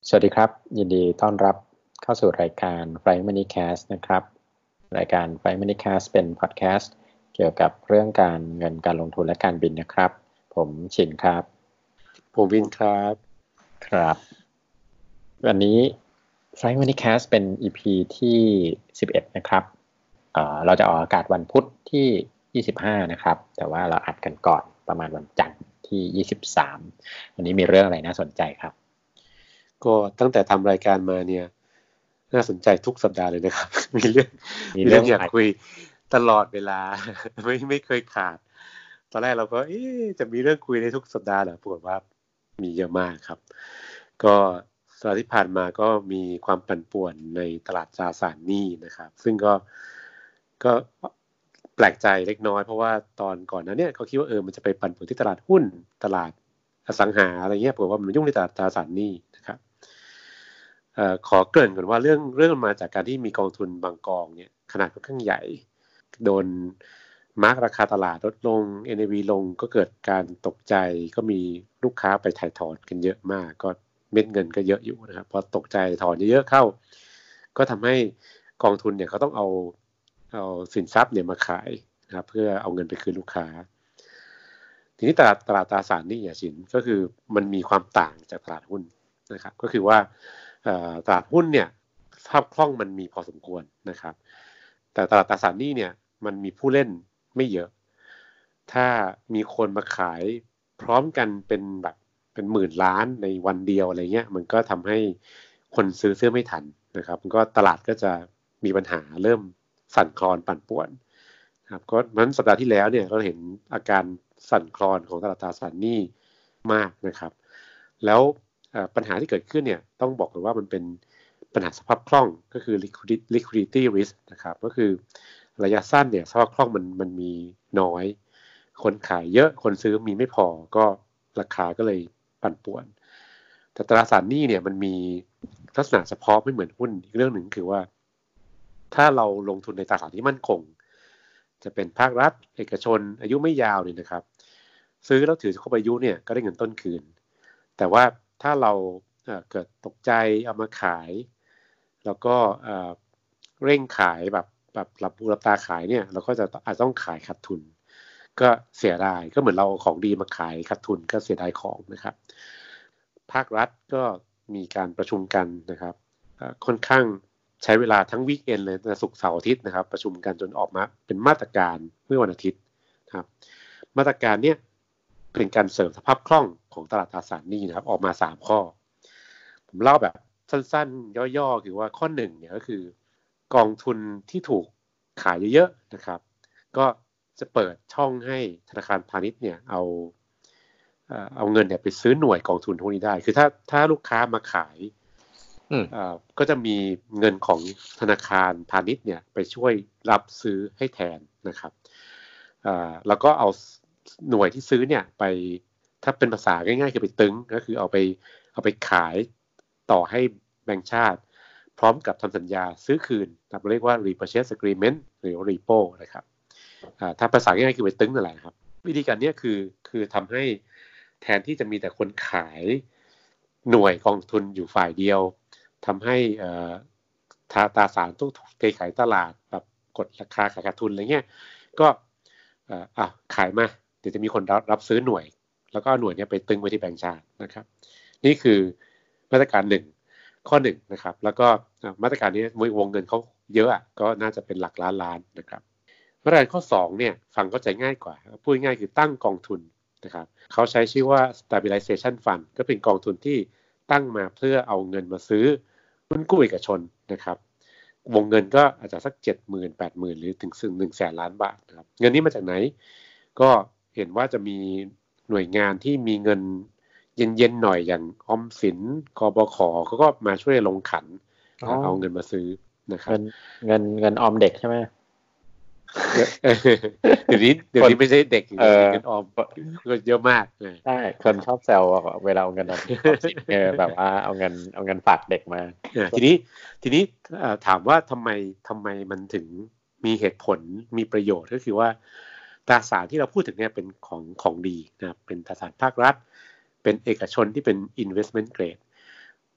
สวัสดีครับยินดีต้อนรับเข้าสู่รายการ Flying Money Cast นะครับรายการ Flying Money Cast เป็นพอดแคสต์เกี่ยวกับเรื่องการเงินการลงทุนและการบินนะครับผมชินครับผมวินครับครับวันนี้ Flying Money Cast เป็น EP ที่11นะครับเราจะออกอากาศวันพุธที่25นะครับแต่ว่าเราอัดกันก่อนประมาณวันจันทร์ที่23วันนี้มีเรื่องอะไรน่าสนใจครับก็ตั้งแต่ทำรายการมาเนี่ยน่าสนใจทุกสัปดาห์เลยนะครับ มีเรื่องอยากคุยตลอดเวลา ไม่เคยขาดตอนแรกเราก็จะมีเรื่องคุยในทุกสัปดาห์เหรอปรากฏว่ามีเยอะมากครับก็สัปดาห์ที่ผ่านมาก็มีความปั่นป่วนในตลาดตราสารหนี้นะครับซึ่งก็แปลกใจเล็กน้อยเพราะว่าตอนก่อนนั้นเนี่ยเขาคิดว่ามันจะไปปั่นป่วนที่ตลาดหุ้นตลาดอสังหาอะไรเงี้ยปรากฏว่ามันยุ่งในตลาดตราสารหนี้นะครับขอเกริ่นก่อนว่าเรื่องมันมาจากการที่มีกองทุนบางกองเนี่ยขนาดค่อนข้างใหญ่โดนมาร์กราคาตลาดลดลง NAV ลงก็เกิดการตกใจก็มีลูกค้าไปถ่ายถอนกันเยอะมากก็เม็ดเงินก็เยอะอยู่นะครับพอตกใจถอนเยอะเข้าก็ทำให้กองทุนเนี่ยเขาต้องเอาสินทรัพย์เนี่ยมาขายนะครับเพื่อเอาเงินไปคืนลูกค้าทีนี้ตลาดตราสารหนี้ชินก็คือมันมีความต่างจากตลาดหุ้นนะครับก็คือว่าตลาดหุ้นเนี่ยภาพคล่องมันมีพอสมควรนะครับแต่ตลาดตราสารหนี้เนี่ยมันมีผู้เล่นไม่เยอะถ้ามีคนมาขายพร้อมกันเป็นหมื่นล้านในวันเดียวอะไรเงี้ยมันก็ทำให้คนซื้อไม่ทันนะครับมันก็ตลาดก็จะมีปัญหาเริ่มสั่นคลอนปั่นป่วนครับก็นั้นสัปดาห์ที่แล้วเนี่ยเราเห็นอาการสั่นคลอนของตลาดตราสารหนี้มากนะครับแล้วปัญหาที่เกิดขึ้นเนี่ยต้องบอกเลยว่ามันเป็นปัญหาสภาพคล่องก็คือ liquidity risk นะครับก็คือระยะสั้นเนี่ยสภาพคล่องมันมีน้อยคนขายเยอะคนซื้อมีไม่พอก็ราคาก็เลยปั่นป่วนแต่ตราสารหนี้เนี่ยมันมีลักษณะเฉพาะไม่เหมือนหุ้นอีกเรื่องหนึ่งคือว่าถ้าเราลงทุนในตราสารที่มั่นคงจะเป็นภาครัฐเอกชนอายุไม่ยาวเนี่ยนะครับซื้อแล้วถือครบอายุเนี่ยก็ได้เงินต้นคืนแต่ว่าถ้าเราเกิดตกใจเอามาขายแล้วก็เร่งขายแบบหลับหูหลับตาขายเนี่ยเราก็จะอาจต้องขายขาดทุนก็เสียดายก็เหมือนเราของดีมาขายขาดทุนก็เสียดายของนะครับภาครัฐก็มีการประชุมกันนะครับค่อนข้างใช้เวลาทั้งวีคเอนด์เลยศุกร์เสาร์อาทิตย์นะครับประชุมกันจนออกมาเป็นมาตรการเมื่อวันอาทิตย์ครับมาตรการเนี้ยเป็นการเสริมสภาพคล่องของตลาดตราสารหนี้นะครับออกมา3ข้อผมเล่าแบบสั้นๆย่อๆคือว่าข้อ1เนี่ยก็คือกองทุนที่ถูกขายเยอะๆนะครับก็จะเปิดช่องให้ธนาคารพาณิชย์เนี่ยเอาเงินเนี่ยไปซื้อหน่วยกองทุนพวกนี้ได้คือถ้าลูกค้ามาขายก็จะมีเงินของธนาคารพาณิชย์เนี่ยไปช่วยรับซื้อให้แทนนะครับแล้วก็เอาหน่วยที่ซื้อเนี่ยไปถ้าเป็นภาษาง่ายๆคือไปตึงก็คือเอาไปขายต่อให้แบงก์ชาติพร้อมกับทำสัญญาซื้อคืนเราเรียกว่า repurchase agreement หรือ repo นะครับถ้าภาษาง่ายๆคือไปตึงนั่นแหละครับวิธีการนี้คือทำให้แทนที่จะมีแต่คนขายหน่วยกองทุนอยู่ฝ่ายเดียวทำให้ตราสารต้องถูกเทขายตลาดแบบกดราคาขายขาดทุนอะไรเงี้ยก็ขายมาเดี๋ยวจะมีคนรับซื้อหน่วยแล้วก็หน่วยนี้ไปตึงไว้ที่แบงก์ชาตินะครับนี่คือมาตรการ1ข้อ1นะครับแล้วก็มาตรการนี้วงเงินเขาเยอะก็น่าจะเป็นหลักล้านนะครับมาตรการข้อ2เนี่ยฟังเข้าใจง่ายกว่าพูดง่ายคือตั้งกองทุนนะครับเขาใช้ชื่อว่า stabilization fund ก็เป็นกองทุนที่ตั้งมาเพื่อเอาเงินมาซื้อหุ้นกู้เอกชนนะครับวงเงินก็อาจจะสัก 70,000 80,000 หรือถึง100,000 ล้านบาทนะครับเงินนี้มาจากไหนก็เห็นว่าจะมีหน่วยงานที่มีเงินเย็นๆหน่อยอย่างออมสินกบข.เขาก็มาช่วยลงขันเอาเงินมาซื้อนะครับเงินออมเด็กใช่ไหมเดี๋ยวนี้ไม่ใช่เด็กเงินออมเยอะมากใช่คนชอบแซวเวลาเอาเงินออมแบบว่าเอาเงินฝากเด็กมาทีนี้ถามว่าทำไมมันถึงมีเหตุผลมีประโยชน์ก็คือว่าตราสารที่เราพูดถึงเนี่ยเป็นของดีนะครับเป็นตราสารภาครัฐเป็นเอกชนที่เป็น investment grade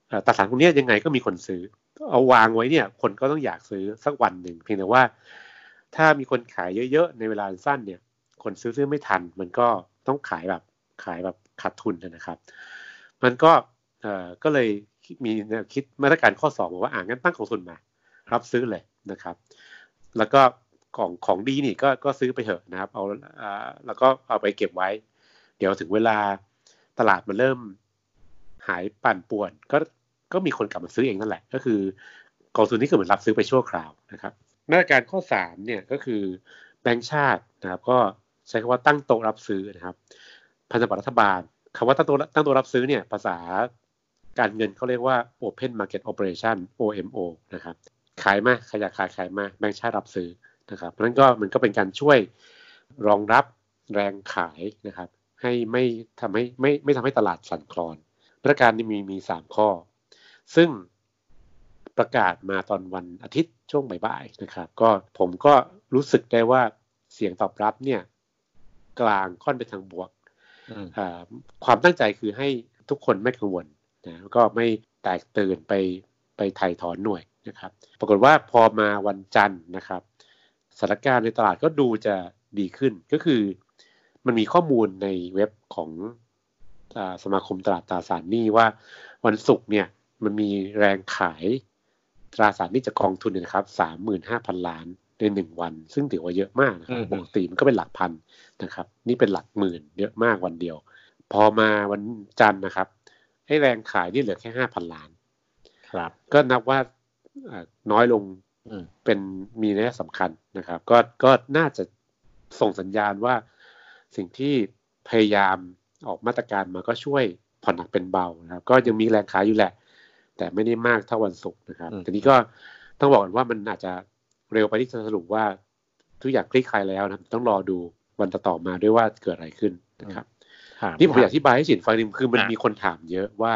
ตราสารพวกนี้ยังไงก็มีคนซื้อเอาวางไว้เนี่ยคนก็ต้องอยากซื้อสักวันหนึ่งเพียงแต่ว่าถ้ามีคนขายเยอะๆในเวลาสั้นเนี่ยคนซื้อไม่ทันมันก็ต้องขายแบบขาดทุนนะครับมันก็เลยมีแนวคิดมาตรการข้อ2บอกว่างั้นตั้งกองทุนมารับซื้อเลยนะครับแล้วก็ของดีนี่ก็ซื้อไปเถอะนะครับเอาแล้วก็เอาไปเก็บไว้เดี๋ยวถึงเวลาตลาดมันเริ่มหายปั่นป่วนก็มีคนกลับมาซื้อเองนั่นแหละก็คือกองทุนนี้คือเหมือนรับซื้อไปชั่วคราวนะครับมาตรการข้อ3เนี่ยก็คือแบงก์ชาตินะครับก็ใช้คำว่าตั้งโต๊ะรับซื้อนะครับพันธบัตรรัฐบาลคำว่าตั้งโต๊ะรับซื้อเนี่ยภาษาการเงินเขาเรียกว่า Open Market Operation OMO นะครับขายมาใครอยากขายมาแบงก์ชาติรับซื้อนะครับเพราะฉะนั้นมันก็เป็นการช่วยรองรับแรงขายนะครับให้ไม่ทำให้ตลาดสั่นคลอนมาตรการนี้มี3ข้อซึ่งประกาศมาตอนวันอาทิตย์ช่วงบ่ายๆนะครับก็ผมก็รู้สึกได้ว่าเสียงตอบรับเนี่ยกลางค่อนไปทางบวกความตั้งใจคือให้ทุกคนไม่กังวลนะก็ไม่แตกตื่นไปไถ่ถอนหน่วยนะครับปรากฏว่าพอมาวันจันทร์นะครับสถานการณ์ในตลาดก็ดูจะดีขึ้นก็คือมันมีข้อมูลในเว็บของสมาคมตลาดตราสารหนี้ว่าวันศุกร์เนี่ยมันมีแรงขายตราสารหนี้จากกองทุนนะครับ 35,000 ล้านใน1วันซึ่งถือว่าเยอะมากนะครับปกติมันก็เป็นหลักพันนะครับนี่เป็นหลักหมื่นเยอะมากวันเดียวพอมาวันจันทร์นะครับให้แรงขายนี่เหลือแค่ 5,000 ล้านครับก็นับว่าน้อยลงเป็นมีนัยสำคัญนะครับก็น่าจะส่งสัญญาณว่าสิ่งที่พยายามออกมาตรการมาก็ช่วยผ่อนหนักเป็นเบานะครับก็ยังมีแรงขายอยู่แหละแต่ไม่ได้มากเท่าวันศุกร์นะครับทีนี้ก็ต้องบอกว่ามันอาจจะเร็วไปที่จะสรุปว่าทุกอย่างคลี่คลายแล้วนะต้องรอดูวันต่อมาด้วยว่าเกิดอะไรขึ้นนะครับนี่ผมอยากอธิบายให้สินฟังนิดคือมันมีคนถามเยอะว่า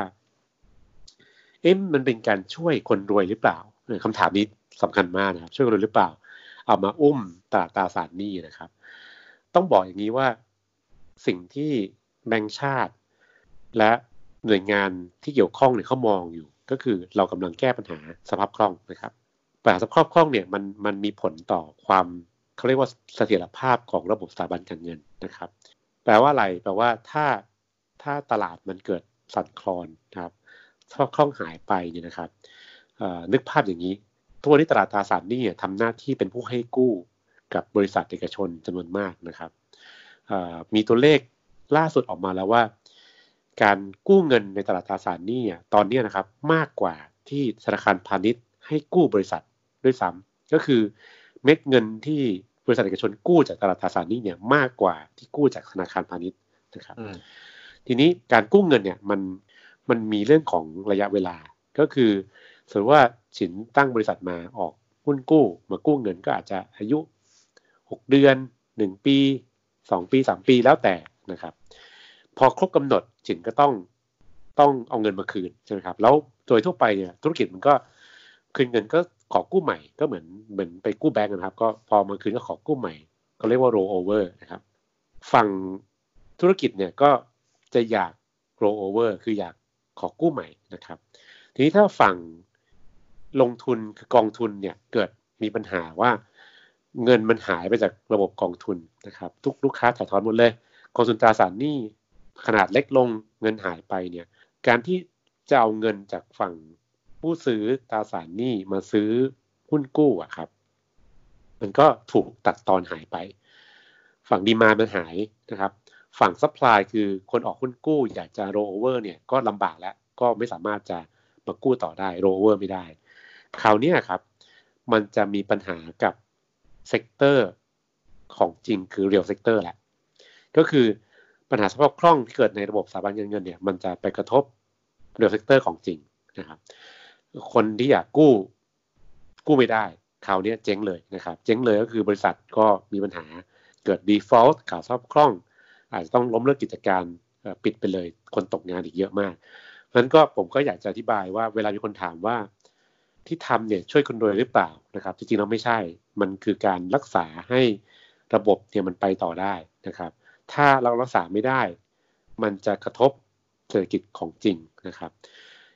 มันเป็นการช่วยคนรวยหรือเปล่าคำถามนี้สำคัญมากนะครับช่วยคนรวยหรือเปล่าเอามาอุ้มตราสารหนี้นะครับต้องบอกอย่างนี้ว่าสิ่งที่แบงก์ชาติและหน่วยงานที่เกี่ยวข้องเนี่ยเขามองอยู่ก็คือเรากำลังแก้ปัญหาสภาพคล่องนะครับปัญหาสภาพคล่องเนี่ยมันมีผลต่อความเขาเรียกว่าเสถียรภาพของระบบสถาบันการเงินนะครับแปลว่าอะไรแปลว่าถ้าตลาดมันเกิดสั่นคลอนนะครับสภาพคล่องหายไปเนี่ยนะครับนึกภาพอย่างนี้ทุกวันนี้ตลาดตราสารหนี้ทำหน้าที่เป็นผู้ให้กู้กับบริษัทเอกชนจำนวนมากนะครับมีตัวเลขล่าสุดออกมาแล้วว่าการกู้เงินในตลาดตราสารหนี้ตอนนี้นะครับมากกว่าที่ธนาคารพาณิชย์ให้กู้บริษัทด้วยซ้ำก็คือเม็ดเงินที่บริษัทเอกชนกู้จากตลาดตราสารหนี้เนี่ยมากกว่าที่กู้จากธนาคารพาณิชย์นะครับทีนี้การกู้เงินเนี่ยมันมีเรื่องของระยะเวลาก็คือสมมติว่าสินตั้งบริษัทมาออกหุ้นกู้มากู้เงินก็อาจจะอายุ6เดือน1ปี2ปี3ปีแล้วแต่นะครับพอครบกำหนดสินก็ต้องเอาเงินมาคืนใช่ไหมครับแล้วโดยทั่วไปเนี่ยธุรกิจมันก็คืนเงินก็ขอกู้ใหม่ก็เหมือนไปกู้แบงก์นะครับก็พอมาคืนก็ขอกู้ใหม่เขาเรียกว่า roll over นะครับฝั่งธุรกิจเนี่ยก็จะอยาก roll over คืออยากขอกู้ใหม่นะครับทีนี้ถ้าฝั่งลงทุนคือกองทุนเนี่ยเกิดมีปัญหาว่าเงินมันหายไปจากระบบกองทุนนะครับทุกลูกค้าถ่ายถอนหมดเลยกองทุนตราสารหนี้ขนาดเล็กลงเงินหายไปเนี่ยการที่จะเอาเงินจากฝั่งผู้ซื้อตราสารหนี้มาซื้อหุ้นกู้อะครับมันก็ถูกตัดตอนหายไปฝั่งดีมานด์มันหายนะครับฝั่งซัพพลายคือคนออกหุ้นกู้อยากจะโรลโอเวอร์เนี่ยก็ลำบากแล้วก็ไม่สามารถจะมากู้ต่อได้โรลโอเวอร์ไม่ได้คราวนี้ครับมันจะมีปัญหากับเซกเตอร์ของจริงคือเรียลเซกเตอร์แหละก็คือปัญหาสภาพคล่องที่เกิดในระบบสถาบันการเงินเนี่ยมันจะไปกระทบเรียลเซกเตอร์ของจริงนะครับคนที่อยากกู้ไม่ได้คราวนี้เจ๊งเลยนะครับเจ๊งเลยก็คือบริษัทก็มีปัญหาเกิด default ขาดสภาพคล่องอาจจะต้องล้มเลิกกิจการปิดไปเลยคนตกงานอีกเยอะมากเพราะฉะนั้นก็ผมก็อยากจะอธิบายว่าเวลามีคนถามว่าที่ทำเนี่ยช่วยคนรวยหรือเปล่านะครับจริงๆแล้วไม่ใช่มันคือการรักษาให้ระบบเนี่ยมันไปต่อได้นะครับถ้าเรารักษาไม่ได้มันจะกระทบเศรษฐกิจของจริงนะครับ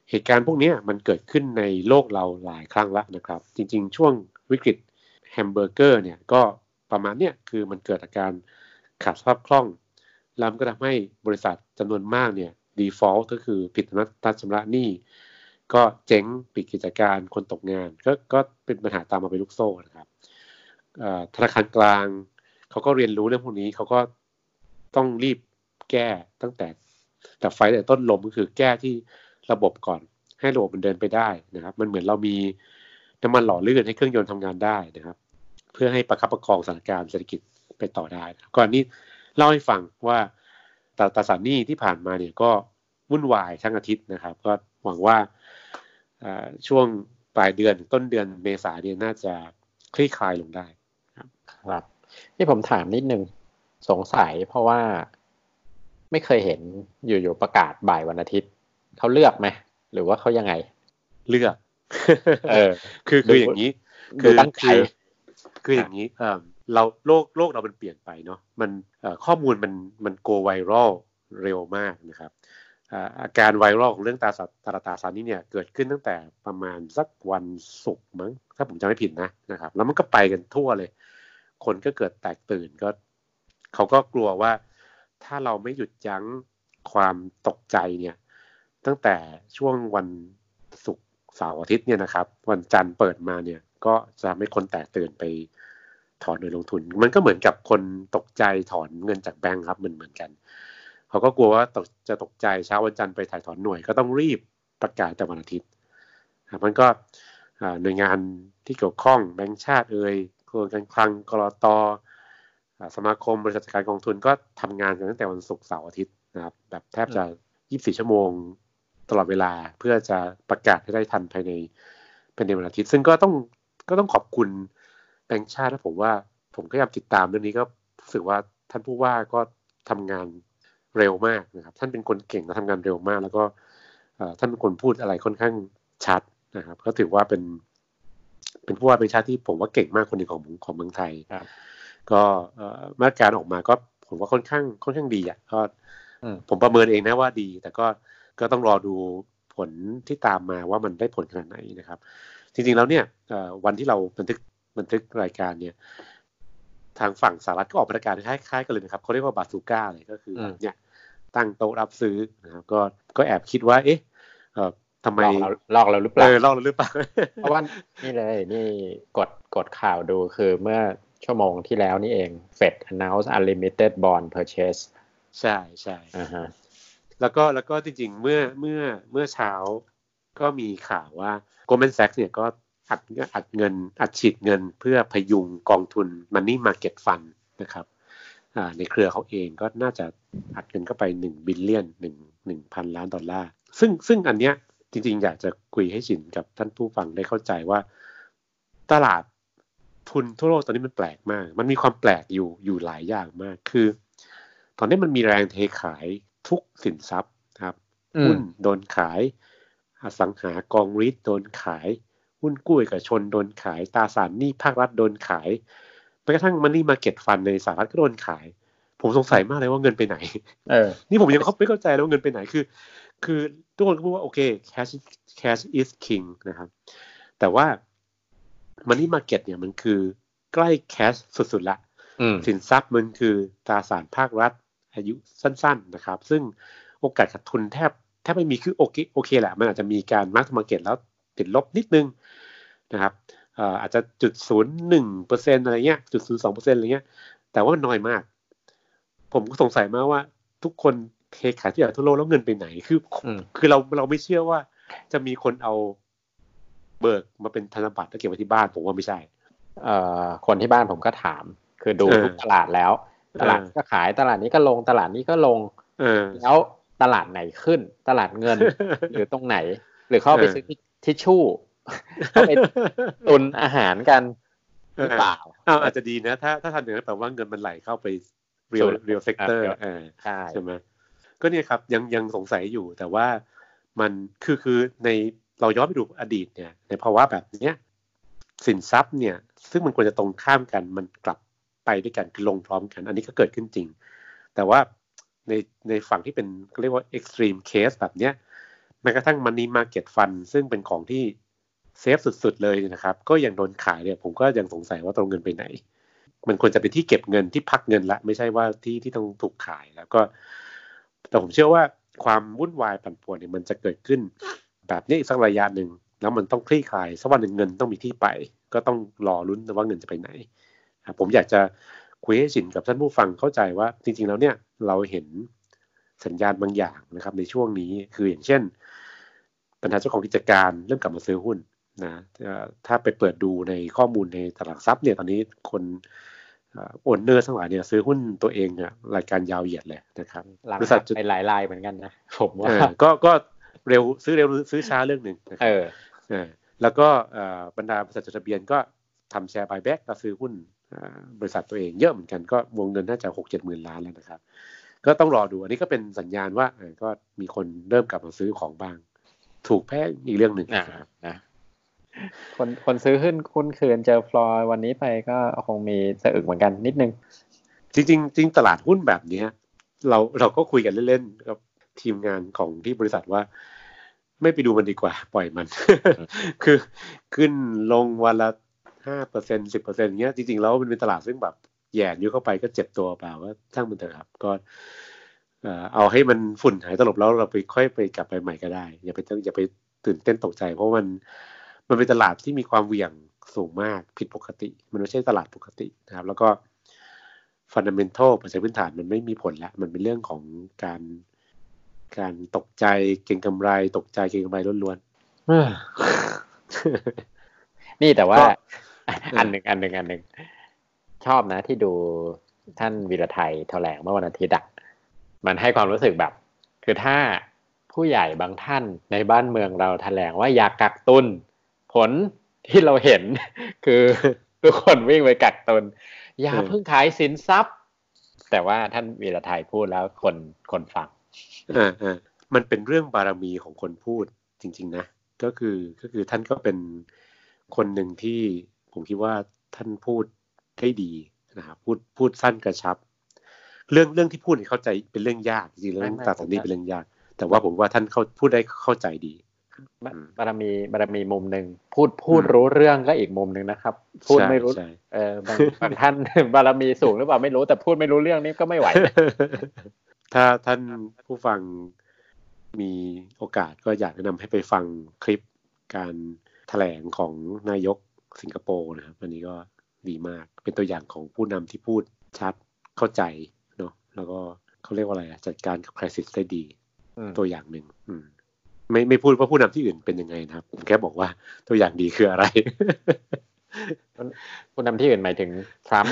เหตุการณ์พวกนี้มันเกิดขึ้นในโลกเราหลายครั้งแล้วนะครับจริงๆช่วงวิกฤตแฮมเบอร์เกอร์เนี่ยก็ประมาณเนี้ยคือมันเกิดอาการขาดสภาพคล่องแล้วมันก็ทำให้บริษัทจำนวนมากเนี่ย default ก็คือผิดนัดชำระหนี้ก็เจ๊งปิดกิจการคนตกงานก็เป็นปัญหาตามมาเป็นลูกโซ่นะครับธนาคารกลางเขาก็เรียนรู้เรื่องพวกนี้เขาก็ต้องรีบแก้ตั้งแต่ไฟแต่ต้นลมก็คือแก้ที่ระบบก่อนให้ระบบมันเดินไปได้นะครับมันเหมือนเรามีน้ำมันหล่อลื่นให้เครื่องยนต์ทำงานได้นะครับเพื่อให้ประคับประคองสถานการณ์เศรษฐกิจไปต่อได้ก่อนนี้เล่าให้ฟังว่าตราสารหนี้ที่ผ่านมาเนี่ยก็วุ่นวายทั้งอาทิตย์นะครับก็หวังว่าช่วงปลายเดือนต้นเดือนเมษายนเนี่ยน่าจะคลี่คลายลงได้ครับที่ผมถามนิดนึงสงสัยเพราะว่าไม่เคยเห็นอยู่ๆประกาศบ่ายวันอาทิตย์เขาเลือกไหมหรือว่าเขายังไงเลือกคืออย่างนี้คืออย่างนี้เราโลกเรามันเปลี่ยนไปเนาะมันข้อมูลมันโกไวรัลเร็วมากนะครับอาการไวรัลของเรื่องตราสารนี้เนี่ยเกิดขึ้นตั้งแต่ประมาณสักวันศุกร์มั้งถ้าผมจำไม่ผิดนะครับแล้วมันก็ไปกันทั่วเลยคนก็เกิดแตกตื่นก็เขาก็กลัวว่าถ้าเราไม่หยุดยั้งความตกใจเนี่ยตั้งแต่ช่วงวันศุกร์เสาร์อาทิตย์เนี่ยนะครับวันจันทร์เปิดมาเนี่ยก็จะทำให้คนแตกตื่นไปถอนเงินลงทุนมันก็เหมือนกับคนตกใจถอนเงินจากแบงก์ครับเหมือนกันเขาก็กลัวว่าจะตกใจเช้าวันจันทร์ไปถ่ายถอนหน่วยก็ต้องรีบประกาศแต่วันอาทิตย์มันก็หน่วยงานที่เกี่ยวข้องแบงก์ชาติกรมการคลังกลต.สมาคมบริษัทจัดการกองทุนก็ทำงานกันตั้งแต่วันศุกร์เสาร์อาทิตย์นะครับแบบแทบจะ24ชั่วโมงตลอดเวลาเพื่อจะประกาศให้ได้ทันภายในวันอาทิตย์ซึ่งก็ต้องขอบคุณแบงก์ชาตินะผมว่าผมก็พยายามติดตามเรื่องนี้ก็รู้สึกว่าท่านผู้ว่าก็ทำงานเร็วมากนะครับท่านเป็นคนเก่งและทำงานเร็วมากแล้วก็ท่านเป็นคนพูดอะไรค่อนข้างชัดนะครับก็ถือว่าเป็นผู้ว่าแบงก์ชาติที่ผมว่าเก่งมากคนหนึ่งของเมืองไทยก็มาตรการออกมาก็ผมว่าค่อนข้างดีอ่ะก็ผมประเมินเองนะว่าดีแต่ก็ต้องรอดูผลที่ตามมาว่ามันได้ผลขนาดไหนนะครับจริงๆแล้วเนี่ยวันที่เราบันทึกรายการเนี่ยทางฝั่งสหรัฐก็ออกมาตรการคล้ายๆกันเลยนะครับเขาเรียกว่าบาซูก้าเลยก็คือเนี่ยตั้งโต๊ะรับซื้อนะครับก็แอบคิดว่าเอ๊ะทำไมลอกเราหรือเปล่าลอกเราหรือเปล่าเพราะว่านี่เลยนี่กดข่าวดูคือเมื่อชั่วโมงที่แล้วนี่เอง Fed announce unlimited bond purchase ใช่แล้วก็จริงๆเมื่อเช้าก็มีข่าวว่า Goldman Sachs เนี่ยก็อัดฉีดเงินเพื่อพยุงกองทุน Money Market Fund นะครับในเครือเขาเองก็น่าจะอัดเงินเข้าไป1 billion 1,000 ล้านดอลลาร์ซึ่งอันเนี้ยจริงๆอยากจะคุยให้ชินกับท่านผู้ฟังได้เข้าใจว่าตลาดทุนทั่วโลกตอนนี้มันแปลกมากมันมีความแปลกอยู่หลายอย่างมากคือตอนนี้มันมีแรงเทขายทุกสินทรัพย์ครับหุ้นโดนขายอสังหากองรีทโดนขายหุ้นกู้เอกชนโดนขายตราสารหนี้ภาครัฐโดนขายแม้กระทั่ง Money Market Fund ในสหรัฐก็โดนขายผมสงสัยมากเลยว่าเงินไปไหนนี่ผมยังไม่เข้าใจเลยว่าเงินไปไหนคือทุกคนก็พูดว่าโอเค cash is king นะครับแต่ว่า Money Market เนี่ยมันคือใกล้ cash สุดๆละสินทรัพย์มันคือตราสารภาครัฐอายุสั้นๆนะครับซึ่งโอกาสขาดทุนแทบไม่มีคือโอเคแหละมันอาจจะมีการ Mark to Market แล้วติดลบนิดนึงนะครับอาจจะ 0.01% อะไรเงี้ย 0.02% อะไรเงี้ยแต่ว่ามันน้อยมากผมก็สงสัยมากว่าทุกคนเทขายที่ทั่วโลกแล้วเงินไปไหนคือเราไม่เชื่อว่าจะมีคนเอาเบิกมาเป็นธนบัตรแล้วเก็บไว้ที่บ้านผมว่าไม่ใช่คนที่บ้านผมก็ถามคือดูทุกตลาดแล้วตลาดก็ขายตลาดนี้ก็ลงตลาดนี้ก็ลงแล้วตลาดไหนขึ้นตลาดเงิน หรือตรงไหนหรือเขาไปซื้อทิชชู่เขาไปตุนอาหารกันหรือเปล่าอาจจะดีนะถ้าทำอย่างนั้นแปลว่าเงินมันไหลเข้าไปreal sector ใช่ไหมก็เนี่ยครับยังสงสัยอยู่แต่ว่ามันคือในเราย้อนไปดูอดีตเนี่ยในภาวะแบบนี้สินทรัพย์เนี่ยซึ่งมันควรจะตรงข้ามกันมันกลับไปด้วยกันคือลงพร้อมกันอันนี้ก็เกิดขึ้นจริงแต่ว่าในฝั่งที่เป็นเรียกว่า extreme case แบบเนี้ยแม้กระทั่ง Money Market Fund ซึ่งเป็นของที่เซฟสุดๆเลยนะครับก็ยังโดนขายเนี่ยผมก็ยังสงสัยว่าตรงเงินไปไหนมันควรจะเป็นที่เก็บเงินที่พักเงินละไม่ใช่ว่าที่ต้องถูกขายแล้วก็แต่ผมเชื่อว่าความวุ่นวายปั่นป่วนเนี่ยมันจะเกิดขึ้นแบบนี้อีกสักระยะหนึ่งแล้วมันต้องคลี่คลายสักวันหนึ่งเงินต้องมีที่ไปก็ต้องรอลุ้นว่าเงินจะไปไหนผมอยากจะคุยให้สินกับท่านผู้ฟังเข้าใจว่าจริงๆแล้วเนี่ยเราเห็นสัญญาณบางอย่างนะครับในช่วงนี้คืออย่างเช่นปัญหาเจ้าของกิจการเริ่มกลับมาซื้อหุ้นนะถ้าไปเปิดดูในข้อมูลในตลาดทรัพย์เนี่ยตอนนี้คนโอนเนอร์ทั้งหลายเนี่ยซื้อหุ้นตัวเองเนี่ยรายการยาวเหยียดเลยนะครับบริษัทไปหลายรายเหมือนกันนะผมว่าก็เร็วซื้อช้าเรื่องหนึ่งนะครับแล้วก็บรรดาบริษัทจดทะเบียนก็ทำแชร์บายแบ็กก็ซื้อหุ้นบริษัทตัวเองเยอะเหมือนกันก็วงเงินน่าจะ 6-7 หมื่นล้านแล้วนะครับก็ต้องรอดูอันนี้ก็เป็นสัญญาณว่าก็มีคนเริ่มกลับมาซื้อของบ้างถูกแพ้อีกเรื่องหนึ่งนะคนซื้อหุ้นคืนเจอฟลอร์วันนี้ไปก็คงมีสะอึกเหมือนกันนิดนึงจริงตลาดหุ้นแบบนี้เราก็คุยกันเล่นๆกับทีมงานของที่บริษัทว่าไม่ไปดูมันดีกว่าปล่อยมัน คือขึ้นลงวันละ 5% 10% เงี้ยจริงๆแล้วมันเป็นตลาดซึ่งแบบแย่นิ้วเข้าไปก็เจ็บตัวเปล่าว่าช่างมันเถอะครับก็เอาให้มันฝุ่นหายตลบแล้วเราไปค่อยไปกลับไปใหม่ก็ได้อย่าไปตื่นเต้นตกใจเพราะมันเป็นตลาดที่มีความเหวี่ยงสูงมากผิดปกติมันไม่ใช่ตลาดปกตินะครับแล้วก็fundamental ปัจจัยพื้นฐานมันไม่มีผลแล้วมันเป็นเรื่องของการตกใจเก็งกำไรตกใจเก็งกำไรล้วนๆนี่แต่ว่าอันหนึ่งชอบนะที่ดูท่านวีระไทยแถลงเมื่อวันอาทิตย์มันให้ความรู้สึกแบบคือถ้าผู้ใหญ่บางท่านในบ้านเมืองเราแถลงว่าอยากกักตุนผลที่เราเห็นคือทุกคนวิ่งไปกักตุนอย่าเพิ่งขายสินทรัพย์แต่ว่าท่านวีระไทยพูดแล้วคนฟังมันเป็นเรื่องบารมีของคนพูดจริงๆนะก็คือท่านก็เป็นคนหนึ่งที่ผมคิดว่าท่านพูดได้ดีนะครับพูดสั้นกระชับเรื่องที่พูดเข้าใจเป็นเรื่องยากจริงๆเรื่องตัดสินใจเป็นเรื่องยากแต่ว่าผมว่าท่านพูดได้เข้าใจดีบารมีมุมหนึ่งพูดรู้เรื่องก็อีกมุมหนึ่งนะครับพูดไม่รู้บางท่านบารมีสูงหรือเปล่าไม่รู้แต่พูดไม่รู้เรื่องนี้ก็ไม่ไหวถ้าท่านผู้ฟังมีโอกาสก็อยากแนะนำให้ไปฟังคลิปการแถลงของนายกสิงคโปร์นะครับอันนี้ก็ดีมากเป็นตัวอย่างของผู้นำที่พูดชัดเข้าใจเนาะแล้วก็เขาเรียกว่าอะไรจัดการกับคริสิสได้ดีตัวอย่างหนึ่งไม่พูดว่าผู้นำที่อื่นเป็นยังไงนะครับผมแค่บอกว่าตัวอย่างดีคืออะไรผู้นำที่อื่นหมายถึงทรัมป์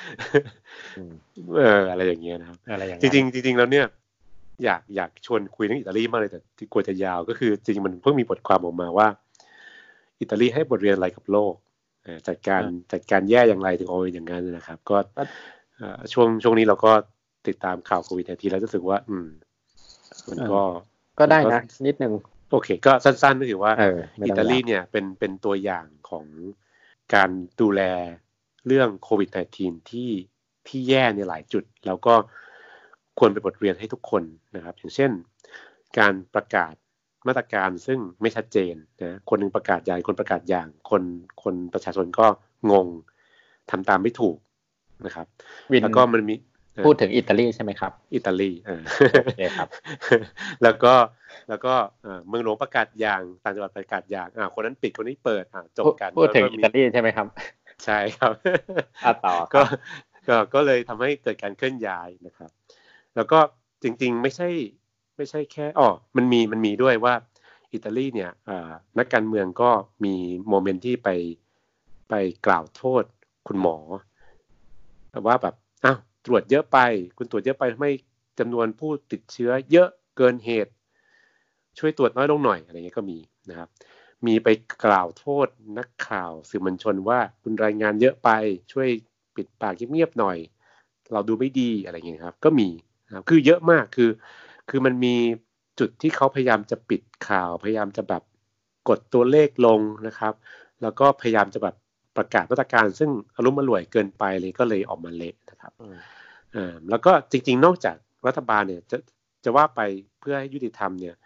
อะไรอย่างเงี้ยนะครับจริงแล้วเนี่ยอยากชวนคุยเรื่องอิตาลีมากเลยแต่ที่กลัวจะยาวก็คือจริงมันเพิ่งมีบทความออกมาว่าอิตาลีให้บทเรียนอะไรกับโลกจัดการแย่อย่างไรถึงเอาอย่างนั้นนะครับก็ช่วงนี้เราก็ติดตามข่าวโควิดทีแล้วรู้สึกว่ามันก็ได้นะนิดนึงโอเคก็สั้นๆก็คือว่าอิตาลีเนี่ยเป็นตัวอย่างของการดูแลเรื่องโควิด -19 ที่แย่ในหลายจุดแล้วก็ควรเป็นบทเรียนให้ทุกคนนะครับอย่างเช่นการประกาศมาตรการซึ่งไม่ชัดเจนนะคนนึงประกาศอย่างคนประกาศอย่างคนประชาชนก็งงทำตามไม่ถูกนะครับแล้วก็มันมีพูดถึงอิตาลีใช่ไหมครับอิตาลีโอเคครับแล้วก็เมืองหลวงประกาศอย่างต่างจังหวัดประกาศอย่างคนนั้นปิดคนนี้เปิดจบกันพูดถึงอิตาลีใช่ไหมครับใช่ครับต่อก็เลยทำให้เกิดการเคลื่อนย้ายนะครับแล้วก็จริงๆไม่ใช่แค่มันมีด้วยว่าอิตาลีเนี่ยนักการเมืองก็มีโมเมนต์ที่ไปกล่าวโทษคุณหมอแต่ว่าแบบตรวจเยอะไปคุณตรวจเยอะไปทำให้จำนวนผู้ติดเชื้อเยอะเกินเหตุช่วยตรวจน้อยลงหน่อยอะไรเงี้ยก็มีนะครับมีไปกล่าวโทษนักข่าวสื่อมวลชนว่าคุณรายงานเยอะไปช่วยปิดปากเงียบๆหน่อยเราดูไม่ดีอะไรเงี้ยครับก็มีนะครับคือเยอะมากคือมันมีจุดที่เขาพยายามจะปิดข่าวพยายามจะแบบกดตัวเลขลงนะครับแล้วก็พยายามจะแบบประกาศมาตรการซึ่งอารมณ์อร่วยเกินไปเลยก็เลยออกมาเละนะครับแล้วก็จริงๆนอกจากรัฐบาลเนี่ยจะว่าไปเพื่อให้ยุติธรรมเนี่ย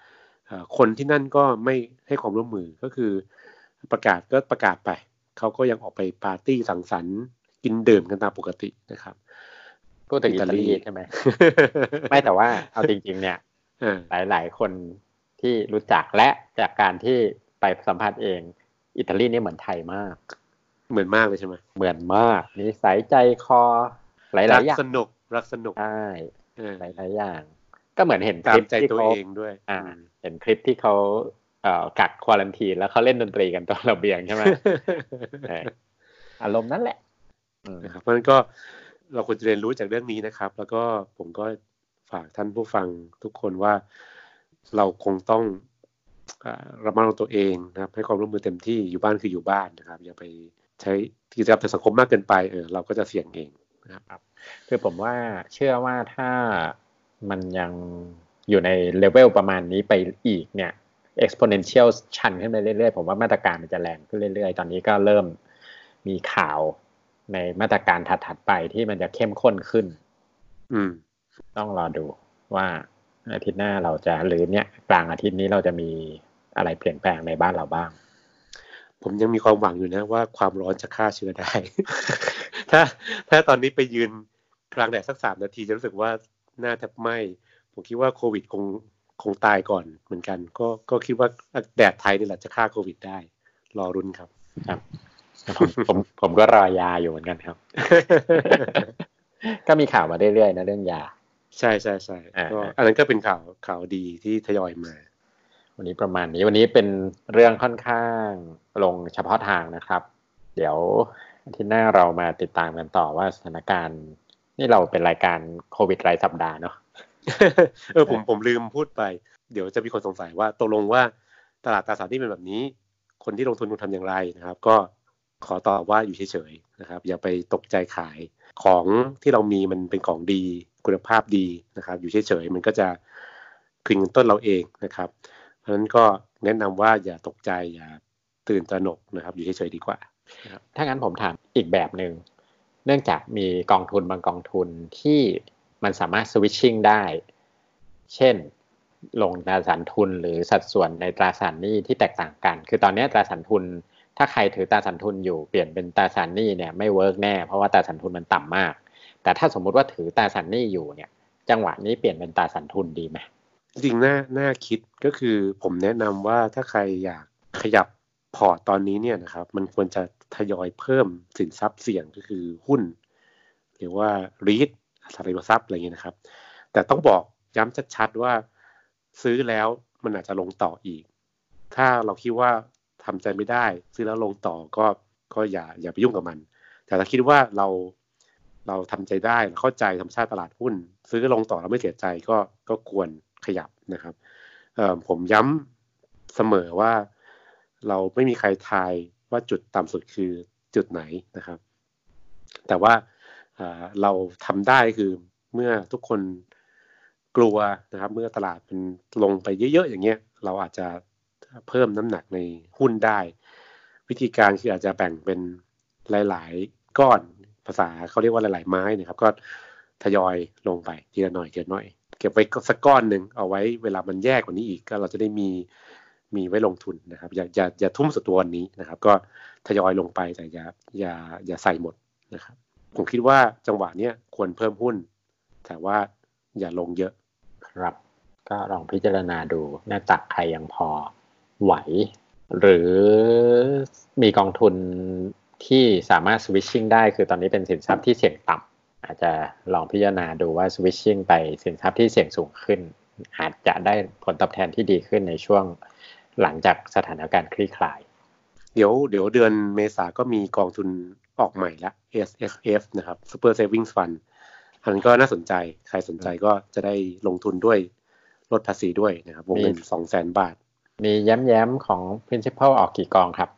คนที่นั่นก็ไม่ให้ความร่วมมือก็คือประกาศไปเขาก็ยังออกไปปาร์ตี้สังสรรค์กินดื่มกันตามปกตินะครับพูดถึงอิตาลีใช่ไหม ไม่แต่ว่าเอาจริงๆเนี่ยหลายๆคนที่รู้จักและจากการที่ไปสัมผัสเองอิตาลีนี่เหมือนไทยมากเหมือนมากเลยใช่ไหมเหมือนมากนิสัยใจคอหลายๆอย่างรักสนุกใช่หลายๆอย่างก็เหมือนเห็นคลิปที่เขาเองด้วยเห็นคลิปที่เขากักควอรันทีนแล้วเขาเล่นดนตรีกันตรงระเบียงใช่ไหม อารมณ์นั่นแหละนะครับเพราะฉะนั้นก็เราควรจะเรียนรู้จากเรื่องนี้นะครับแล้วก็ผมก็ฝากท่านผู้ฟังทุกคนว่าเราคงต้องระมัดระวังตัวเองนะครับให้ความร่วมมือเต็มที่อยู่บ้านคืออยู่บ้านนะครับอย่าไปใช้กิจกรรมทางสังคมมากเกินไปเราก็จะเสี่ยงเองนะครับคือผมว่าเชื่อว่าถ้ามันยังอยู่ในเลเวลประมาณนี้ไปอีกเนี่ย exponential ชันขึ้นไปเรื่อยๆผมว่ามาตรการมันจะแรงขึ้นเรื่อยๆตอนนี้ก็เริ่มมีข่าวในมาตรการถัดๆไปที่มันจะเข้มข้นขึ้นต้องรอดูว่าอาทิตย์หน้าเราจะหรือเนี่ยกลางอาทิตย์นี้เราจะมีอะไรเปลี่ยนแปลงในบ้านเราบ้างผมยังมีความหวังอยู่นะว่าความร้อนจะฆ่าเชื้อได้ ถ้าตอนนี้ไปยืนกลางแดดสัก3 นาทีจะรู้สึกว่าหน้าแทบไหม้ผมคิดว่าโควิดคงตายก่อนเหมือนกันก็คิดว่าแดดไทยนี่แหละจะฆ่าโควิดได้รอรุ้นครับครับผมก็รอยาอยู่เหมือนกันครับ ก็มีข่าวมาเรื่อยๆนะเรื่องยาใช่ก็อันนั้นก็เป็นข่าวดีที่ทยอยมาวันนี้ประมาณนี้วันนี้เป็นเรื่องค่อนข้างลงเฉพาะทางนะครับเดี๋ยวอาทิตย์หน้าเรามาติดตามกันต่อว่าสถานการณ์นี่เราเป็นรายการโควิดรายสัปดาห์เนาะผมลืมพูดไปเดี๋ยวจะมีคนสงสัยว่าตกลงว่าตลาดตราสารที่เป็นแบบนี้คนที่ลงทุนทำอย่างไรนะครับก็ขอตอบว่าอยู่เฉยๆนะครับอย่าไปตกใจขายของที่เรามีมันเป็นของดีคุณภาพดีนะครับอยู่เฉยๆมันก็จะคืนเงินต้นเราเองนะครับเพราะฉะนั้นก็แนะนำว่าอย่าตกใจอย่าตื่นตระหนกนะครับอยู่เฉยๆดีกว่าถ้างั้นผมถามอีกแบบหนึ่งเนื่องจากมีกองทุนบางกองทุนที่มันสามารถสวิตชิ่งได้เช่นลงตราสารทุนหรือสัดส่วนในตราสารหนี้ที่แตกต่างกันคือตอนนี้ตราสารทุนถ้าใครถือตราสารทุนอยู่เปลี่ยนเป็นตราสารหนี้เนี่ยไม่เวิร์กแน่เพราะว่าตราสารทุนมันต่ำมากแต่ถ้าสมมุติว่าถือตราสารหนี้อยู่เนี่ยจังหวะนี้เปลี่ยนเป็นตราสารทุนดีไหมจริงน่าคิดก็คือผมแนะนำว่าถ้าใครอยากขยับพอร์ตตอนนี้เนี่ยนะครับมันควรจะทยอยเพิ่มสินทรัพย์เสี่ยงก็คือหุ้นหรือว่าREITอสังหาริมทรัพย์อะไรอย่างนี้นะครับแต่ต้องบอกย้ำชัดๆว่าซื้อแล้วมันอาจจะลงต่ออีกถ้าเราคิดว่าทำใจไม่ได้ซื้อแล้วลงต่อก็อย่าไปยุ่งกับมันแต่ถ้าคิดว่าเราทำใจได้เข้าใจธรรมชาติตลาดหุ้นซื้อลงต่อแล้วไม่เสียใจก็ควรขยับนะครับผมย้ำเสมอว่าเราไม่มีใครทายว่าจุดต่ำสุดคือจุดไหนนะครับแต่ว่าเราทำได้คือเมื่อทุกคนกลัวนะครับเมื่อตลาดมันลงไปเยอะๆอย่างเงี้ยเราอาจจะเพิ่มน้ำหนักในหุ้นได้วิธีการคืออาจจะแบ่งเป็นหลายๆก้อนภาษาเขาเรียกว่าหลายๆไม้นะครับก็ทยอยลงไปทีละหน่อยเก็บไว้สักก้อนหนึ่งเอาไว้เวลามันแย่กว่านี้อีกก็เราจะได้มีไว้ลงทุนนะครับอย่าทุ่มสุดตัวนี้นะครับก็ทยอยลงไปแต่อย่าใส่หมดนะครับผมคิดว่าจังหวะนี้ควรเพิ่มหุ้นแต่ว่าอย่าลงเยอะครับก็ลองพิจารณาดูหน้าตักใครยังพอไหวหรือมีกองทุนที่สามารถสวิตชิ่งได้คือตอนนี้เป็นสินทรัพย์ที่เสี่ยงต่ำอาจจะลองพิจารณาดูว่าสวิตชิ่งไปสินทรัพย์ที่เสี่ยงสูงขึ้นอาจจะได้ผลตอบแทนที่ดีขึ้นในช่วงหลังจากสถานการณ์คลี่คลายเดี๋ยวเดือนเมษาก็มีกองทุนออกใหม่ละ SFF นะครับ Super Savings Fund อันนั้นก็น่าสนใจใครสนใจก็จะได้ลงทุนด้วยลดภาษีด้วยนะครับวงเงิน 200,000 บาทมีแย้มของ Principal ออกกี่กองครับ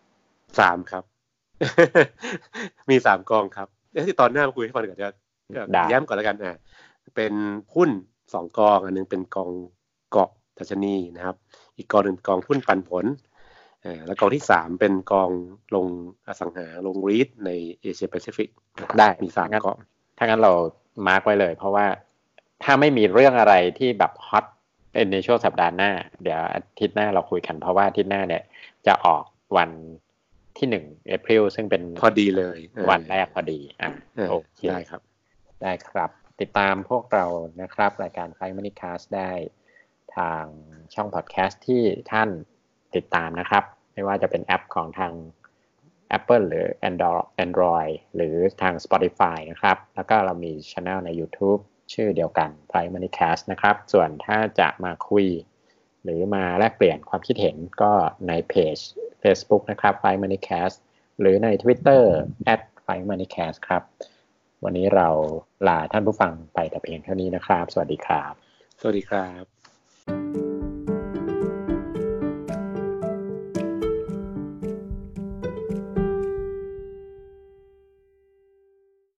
3ครับ มี3กองครับที่ตอนหน้ามาคุยให้ฟังก่อนจะแย้มก่อนแล้วกันเป็นหุ้น2กองอันนึงเป็นกองเกาะดัชนีนะครับอีกกองนึงกองหุ้นปันผลแล้วกองที่3เป็นกองลงอสังหาลงรีทในเอเชียแปซิฟิกได้มี3กองถ้างั้นเรามาร์กไว้เลยเพราะว่าถ้าไม่มีเรื่องอะไรที่แบบฮอตในช่วงสัปดาห์หน้าเดี๋ยวอาทิตย์หน้าเราคุยกันเพราะว่าอาทิตย์หน้าเนี่ยจะออกวันที่1 April ซึ่งเป็นพอดีเลยวันแรกพอดีโอเคได้ครับได้ครับติดตามพวกเรานะครับรายการ Five Money Cast ได้ทางช่องพอดแคสต์ที่ท่านติดตามนะครับไม่ว่าจะเป็นแอปของทาง Apple หรือ Android หรือทาง Spotify นะครับแล้วก็เรามี channel ใน YouTube ชื่อเดียวกัน Five Money Cast นะครับส่วนถ้าจะมาคุยหรือมาแลกเปลี่ยนความคิดเห็นก็ในเพจ Facebook นะครับ Five Money Cast หรือใน Twitter @5moneycast ครับวันนี้เราลาท่านผู้ฟังไปแต่เพียงเท่านี้นะครับสวัสดีครับสวัสดีครับ